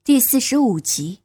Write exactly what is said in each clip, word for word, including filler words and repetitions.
第四十五集。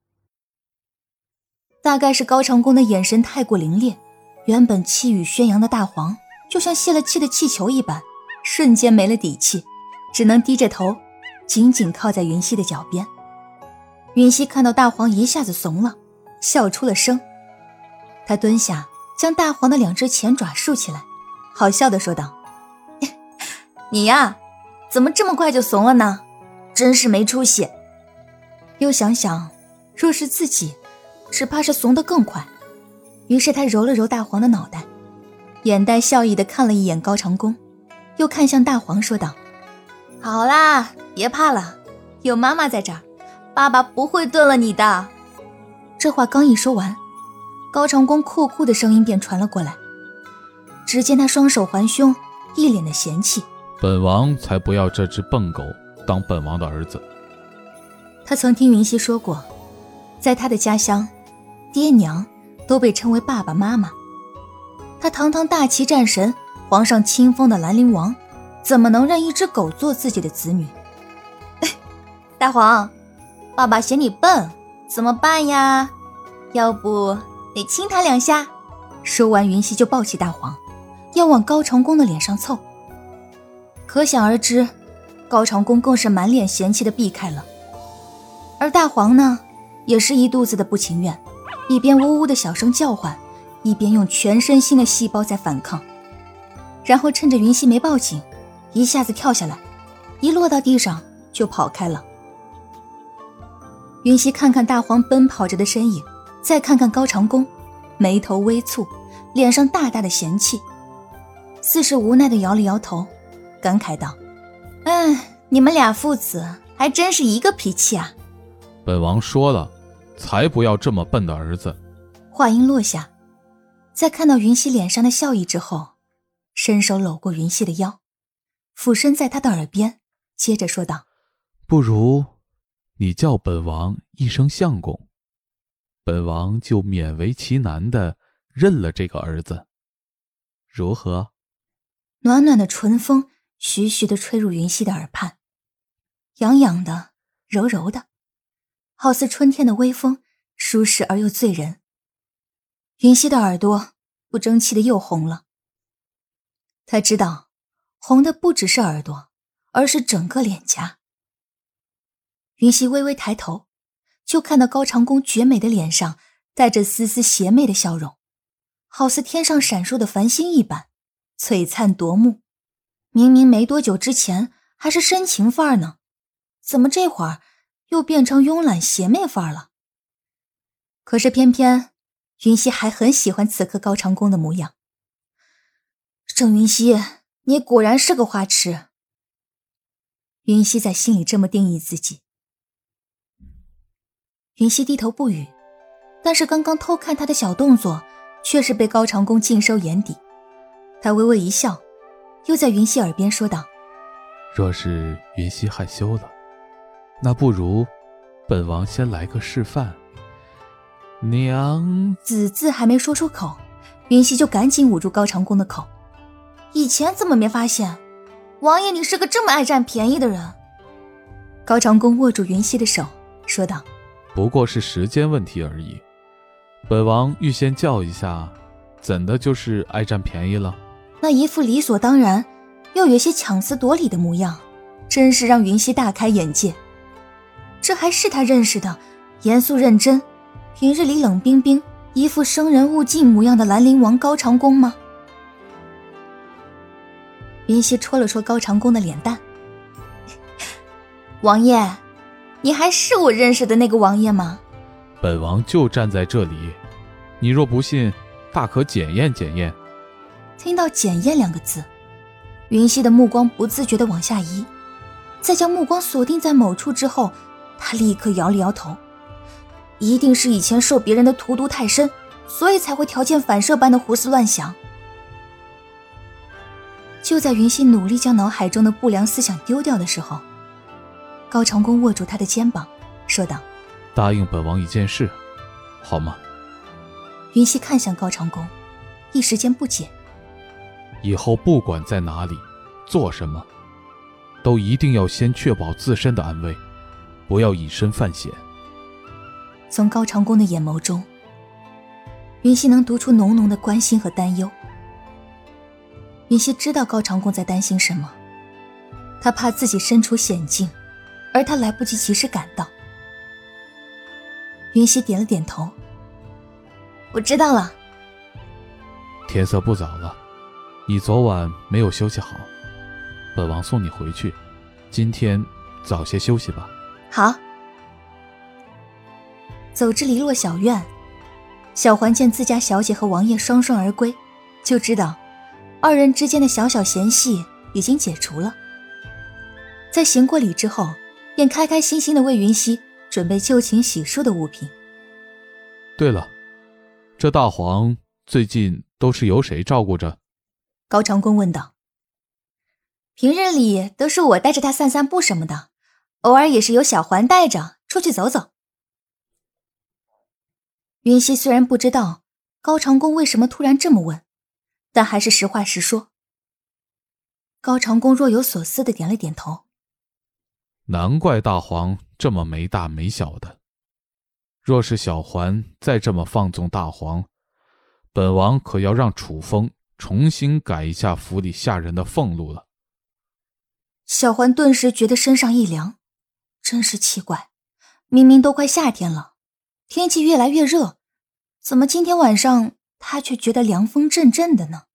大概是高长恭的眼神太过凌冽，原本气宇轩扬的大黄就像泄了气的气球一般，瞬间没了底气，只能低着头紧紧靠在云溪的脚边。云溪看到大黄一下子怂了，笑出了声。他蹲下将大黄的两只前爪竖起来，好笑地说道：你呀，怎么这么快就怂了呢？真是没出息。又想想若是自己只怕是怂得更快，于是他揉了揉大黄的脑袋，眼带笑意地看了一眼高长恭，又看向大黄说道：好啦，别怕了，有妈妈在这儿，爸爸不会炖了你的。这话刚一说完，高长恭酷酷的声音便传了过来。只见他双手环胸，一脸的嫌弃： 本王才不要这只笨狗当本王的儿子。 他曾听云溪说过，在他的家乡，爹娘都被称为爸爸妈妈。他堂堂大齐战神，皇上亲封的兰陵王，怎么能让一只狗做自己的子女？大黄，爸爸嫌你笨，怎么办呀？要不你亲他两下？说完，云溪就抱起大黄，要往高长恭的脸上凑。可想而知，高长恭更是满脸嫌弃地避开了。而大黄呢，也是一肚子的不情愿，一边呜呜的小声叫唤，一边用全身心的细胞在反抗。然后趁着云溪没报警，一下子跳下来，一落到地上就跑开了。云溪看看大黄奔跑着的身影，再看看高长恭，眉头微蹙，脸上大大的嫌弃，似是无奈地摇了摇头，感慨道：哎，你们俩父子还真是一个脾气啊。 本王说了，才不要这么笨的儿子。 话音落下，在看到云溪脸上的笑意之后，伸手搂过云溪的腰，俯身在她的耳边，接着说道： 不如你叫本王一声相公，本王就勉为其难地认了这个儿子，如何？ 暖暖的唇风徐徐地吹入云溪的耳畔，痒痒的，柔柔的，好似春天的微风，舒适而又醉人。云溪的耳朵不争气的又红了。他知道，红的不只是耳朵，而是整个脸颊。云溪微微抬头，就看到高长恭绝美的脸上带着丝丝邪魅的笑容，好似天上闪烁的繁星一般，璀璨夺目。明明没多久之前还是深情范儿呢，怎么这会儿又变成慵懒邪魅范儿了？可是偏偏云溪还很喜欢此刻高长恭的模样。郑云溪，你果然是个花痴。云溪在心里这么定义自己。云溪低头不语，但是刚刚偷看他的小动作却是被高长恭尽收眼底。他微微一笑，又在云溪耳边说道： 若是云溪害羞了，那不如本王先来个示范。娘子字还没说出口，云溪就赶紧捂住高长恭的口。以前怎么没发现，王爷你是个这么爱占便宜的人？高长恭握住云溪的手说道： 不过是时间问题而已，本王预先叫一下，怎的就是爱占便宜了？ 那一副理所当然又有些强词夺理的模样，真是让云溪大开眼界。这还是他认识的严肃认真，平日里冷冰冰，一副生人勿近模样的兰陵王高长恭吗？云溪戳了戳高长恭的脸蛋：王爷，你还是我认识的那个王爷吗？ 本王就站在这里，你若不信，大可检验检验。 听到检验两个字，云溪的目光不自觉地往下移，在将目光锁定在某处之后，他立刻摇了摇头，一定是以前受别人的荼毒太深，所以才会条件反射般的胡思乱想。就在云溪努力将脑海中的不良思想丢掉的时候，高长恭握住他的肩膀说道： 答应本王一件事，好吗？ 云溪看向高长恭，一时间不解。 以后不管在哪里做什么，都一定要先确保自身的安危， 不要以身犯险。 从高长恭的眼眸中，云溪能读出浓浓的关心和担忧。云溪知道高长恭在担心什么，他怕自己身处险境，而他来不及及时赶到。云溪点了点头，我知道了。 天色不早了，你昨晚没有休息好，本王送你回去，今天早些休息吧。 好。走至篱落小院，小环见自家小姐和王爷双双而归，就知道二人之间的小小嫌隙已经解除了。在行过礼之后，便开开心心地为云溪准备就寝洗漱的物品。 对了，这大黄最近都是由谁照顾着？ 高长恭问道。平日里都是我带着他散散步什么的，偶尔也是由小环带着出去走走。云溪虽然不知道高长恭为什么突然这么问，但还是实话实说。高长恭若有所思地点了点头。 难怪大黄这么没大没小的，若是小环再这么放纵大黄，本王可要让楚风重新改一下府里下人的俸禄了。 小环顿时觉得身上一凉，真是奇怪，明明都快夏天了，天气越来越热，怎么今天晚上他却觉得凉风阵阵的呢？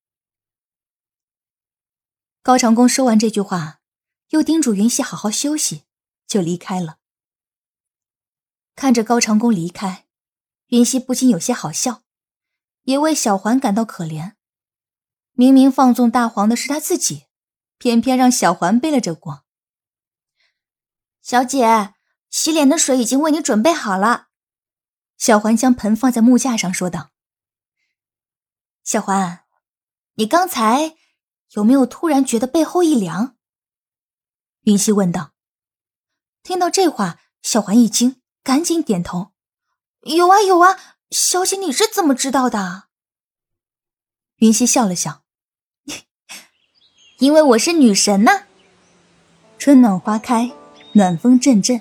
高长恭说完这句话，又叮嘱云溪好好休息，就离开了。看着高长恭离开，云溪不禁有些好笑，也为小环感到可怜。明明放纵大黄的是他自己，偏偏让小环背了这锅。小姐，洗脸的水已经为你准备好了。小环将盆放在木架上说道。小环，你刚才有没有突然觉得背后一凉？云溪问道。听到这话，小环一惊，赶紧点头。有啊有啊，小姐你是怎么知道的？云溪笑了笑。因为我是女神呢。春暖花开，暖风阵阵。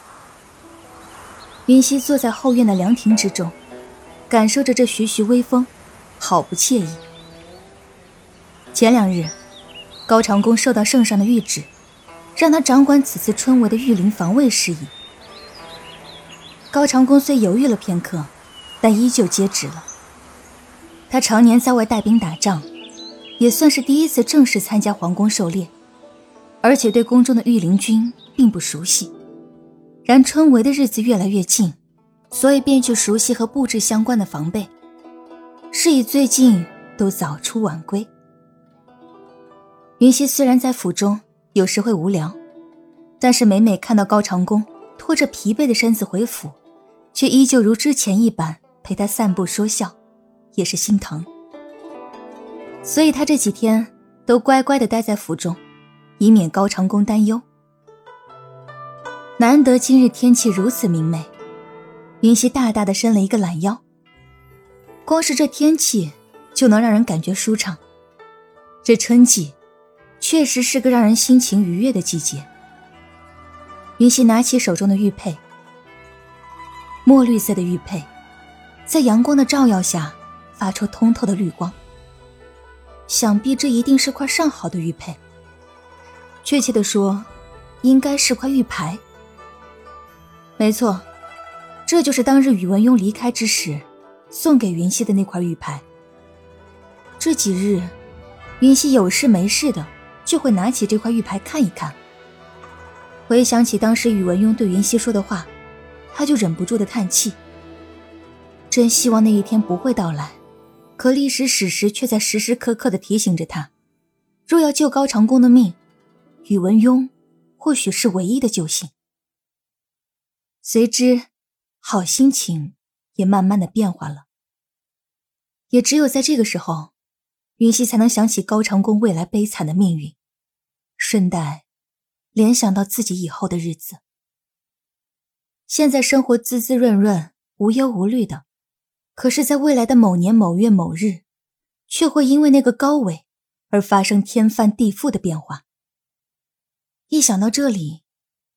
云溪坐在后院的凉亭之中，感受着这徐徐微风，好不惬意。前两日，高长恭受到圣上的谕旨，让他掌管此次春闱的御林防卫事宜。高长恭虽犹豫了片刻，但依旧接旨了。他常年在外带兵打仗，也算是第一次正式参加皇宫狩猎，而且对宫中的御林军并不熟悉。然春闱的日子越来越近，所以便去熟悉和布置相关的防备，是以最近都早出晚归。云溪虽然在府中有时会无聊，但是每每看到高长恭拖着疲惫的身子回府，却依旧如之前一般陪他散步说笑，也是心疼。所以他这几天都乖乖地待在府中，以免高长恭担忧。难得今日天气如此明媚，云溪大大地伸了一个懒腰。光是这天气就能让人感觉舒畅。这春季确实是个让人心情愉悦的季节。云溪拿起手中的玉佩，墨绿色的玉佩在阳光的照耀下发出通透的绿光，想必这一定是块上好的玉佩，确切地说应该是块玉牌。没错，这就是当日宇文邕离开之时送给云溪的那块玉牌。这几日云溪有事没事的就会拿起这块玉牌看一看。回想起当时宇文邕对云溪说的话，他就忍不住的叹气。真希望那一天不会到来，可历史史实却在时时刻刻地提醒着他，若要救高长恭的命，宇文邕或许是唯一的救星。随之好心情也慢慢的变化了。也只有在这个时候，云溪才能想起高长恭未来悲惨的命运，顺带联想到自己以后的日子。现在生活滋滋润润，无忧无虑的，可是在未来的某年某月某日，却会因为那个高纬而发生天翻地覆的变化。一想到这里，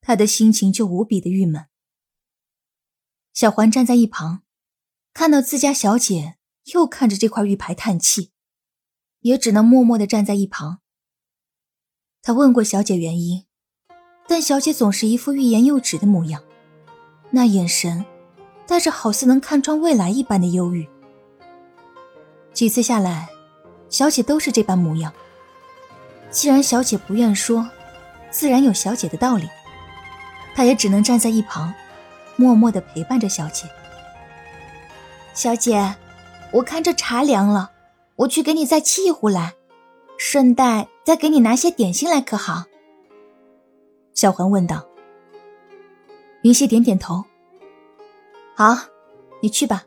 他的心情就无比的郁闷。小环站在一旁，看到自家小姐又看着这块玉牌叹气，也只能默默地站在一旁。他问过小姐原因，但小姐总是一副欲言又止的模样，那眼神带着好似能看穿未来一般的忧郁。几次下来，小姐都是这般模样。既然小姐不愿说，自然有小姐的道理，她也只能站在一旁，默默地陪伴着小姐。小姐，我看这茶凉了，我去给你再沏一壶来，顺带再给你拿些点心来可好？小环问道。云溪点点头，好，你去吧。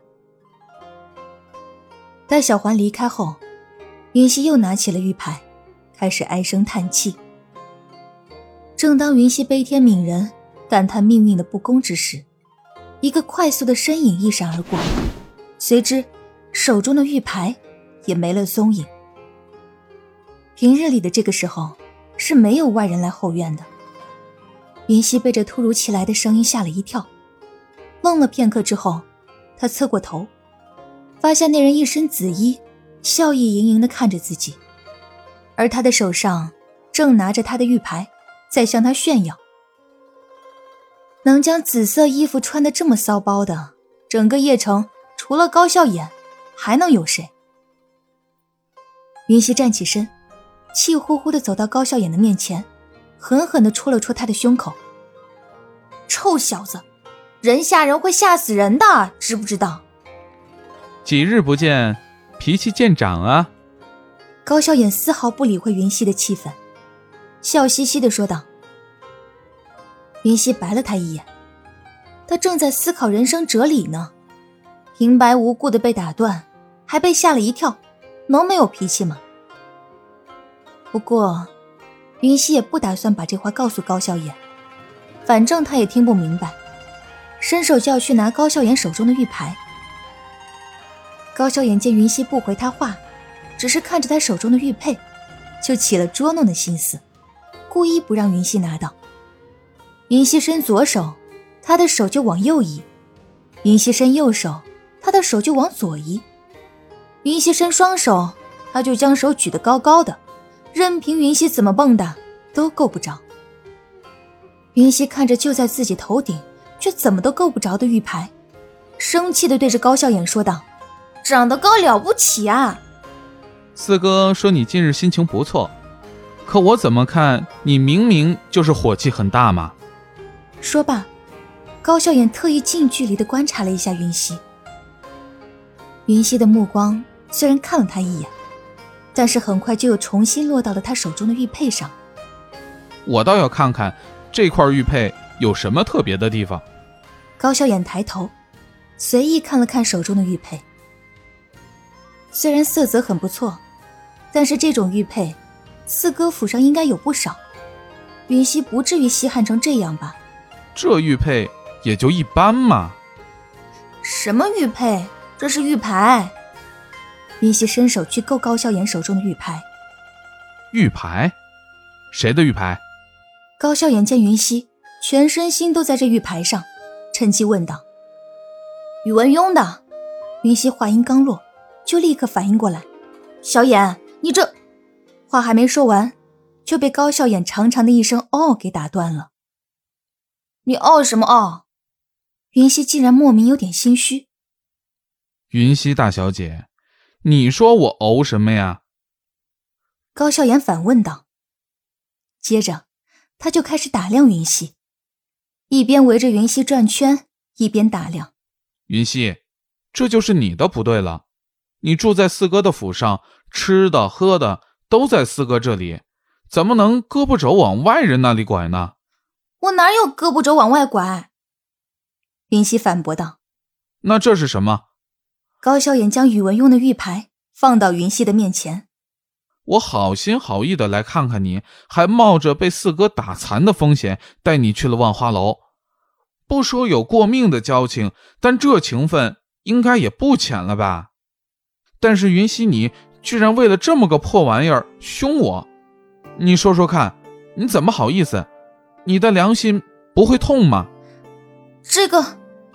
待小环离开后，云溪又拿起了玉牌，开始唉声叹气。正当云溪悲天悯人，感叹命运的不公之时，一个快速的身影一闪而过，随之手中的玉牌也没了踪影。平日里的这个时候是没有外人来后院的。云溪被这突如其来的声音吓了一跳，愣了片刻之后，他侧过头，发现那人一身紫衣，笑意盈盈地看着自己，而他的手上正拿着他的玉牌在向他炫耀。能将紫色衣服穿得这么骚包的，整个邺城除了高笑颜还能有谁？云溪站起身，气呼呼地走到高笑颜的面前，狠狠地戳了戳他的胸口。臭小子，人吓人会吓死人的，知不知道？ 几日不见，脾气见长啊。 高笑颜丝毫不理会云溪的气氛，笑嘻嘻地说道。云溪白了他一眼，他正在思考人生哲理呢，平白无故的被打断，还被吓了一跳，能没有脾气吗？不过云溪也不打算把这话告诉高笑颜，反正他也听不明白，伸手就要去拿高笑颜手中的玉牌。高笑颜见云溪不回他话，只是看着他手中的玉佩，就起了捉弄的心思，故意不让云溪拿到。云溪伸左手，他的手就往右移；云溪伸右手，他的手就往左移；云溪伸双手，他就将手举得高高的，任凭云溪怎么蹦跶都够不着。云溪看着就在自己头顶却怎么都够不着的玉牌，生气地对着高笑颜说道：长得高了不起啊！ 四哥说你近日心情不错，可我怎么看你明明就是火气很大嘛。 说罢，高笑颜特意近距离地观察了一下云溪。云溪的目光虽然看了他一眼，但是很快就又重新落到了他手中的玉佩上。 我倒要看看这块玉佩有什么特别的地方。 高笑颜抬头，随意看了看手中的玉佩。虽然色泽很不错，但是这种玉佩，四哥府上应该有不少，云溪不至于稀罕成这样吧？ 这玉佩也就一般嘛。 什么玉佩？这是玉牌。云溪伸手去够高笑颜手中的玉牌。 玉牌？谁的玉牌？ 高笑颜见云溪全身心都在这玉牌上，趁机问道。宇文邕的。云溪话音刚落，就立刻反应过来，小眼，你这……话还没说完，就被高笑眼长长的一声哦给打断了。你哦什么哦？云溪竟然莫名有点心虚。 云溪大小姐，你说我哦什么呀？ 高笑颜反问道。接着他就开始打量云溪，一边围着云溪转圈，一边打量。 云溪，这就是你的不对了。你住在四哥的府上，吃的喝的都在四哥这里，怎么能胳膊肘往外人那里拐呢？ 我哪有胳膊肘往外拐？云溪反驳道。 那这是什么？ 高笑颜将宇文邕的玉牌放到云溪的面前。 我好心好意的来看看你，还冒着被四哥打残的风险带你去了万花楼。不说有过命的交情，但这情分应该也不浅了吧？但是云溪你居然为了这么个破玩意儿凶我，你说说看，你怎么好意思？你的良心不会痛吗？ 这个……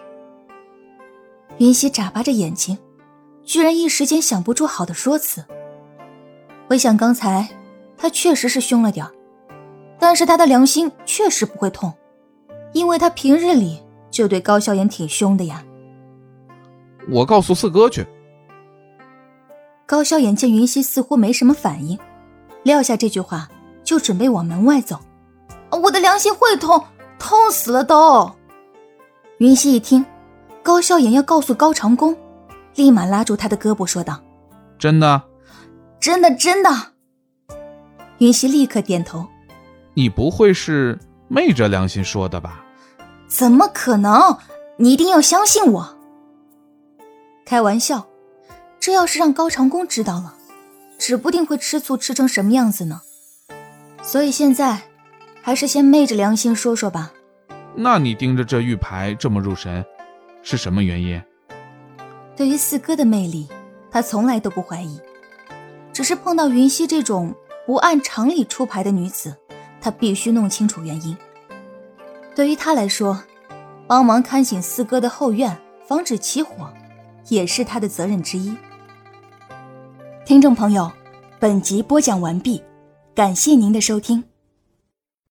云溪眨巴着眼睛，居然一时间想不出好的说辞。回想刚才，他确实是凶了点儿，但是他的良心确实不会痛，因为他平日里就对高萧炎挺凶的呀。 我告诉四哥去。 高萧炎见云溪似乎没什么反应，撂下这句话就准备往门外走。我的良心会痛，痛死了都。云溪一听高萧炎要告诉高长恭，立马拉住他的胳膊说道： 真的？ 真的真的。云溪立刻点头。 你不会是昧着良心说的吧？ 怎么可能，你一定要相信我。开玩笑，这要是让高长恭知道了，指不定会吃醋吃成什么样子呢。所以现在还是先昧着良心说说吧。 那你盯着这玉牌这么入神，是什么原因？ 对于四哥的魅力，他从来都不怀疑，只是碰到云溪这种不按常理出牌的女子，他必须弄清楚原因。对于他来说，帮忙看紧四哥的后院，防止起火，也是他的责任之一。听众朋友，本集播讲完毕，感谢您的收听。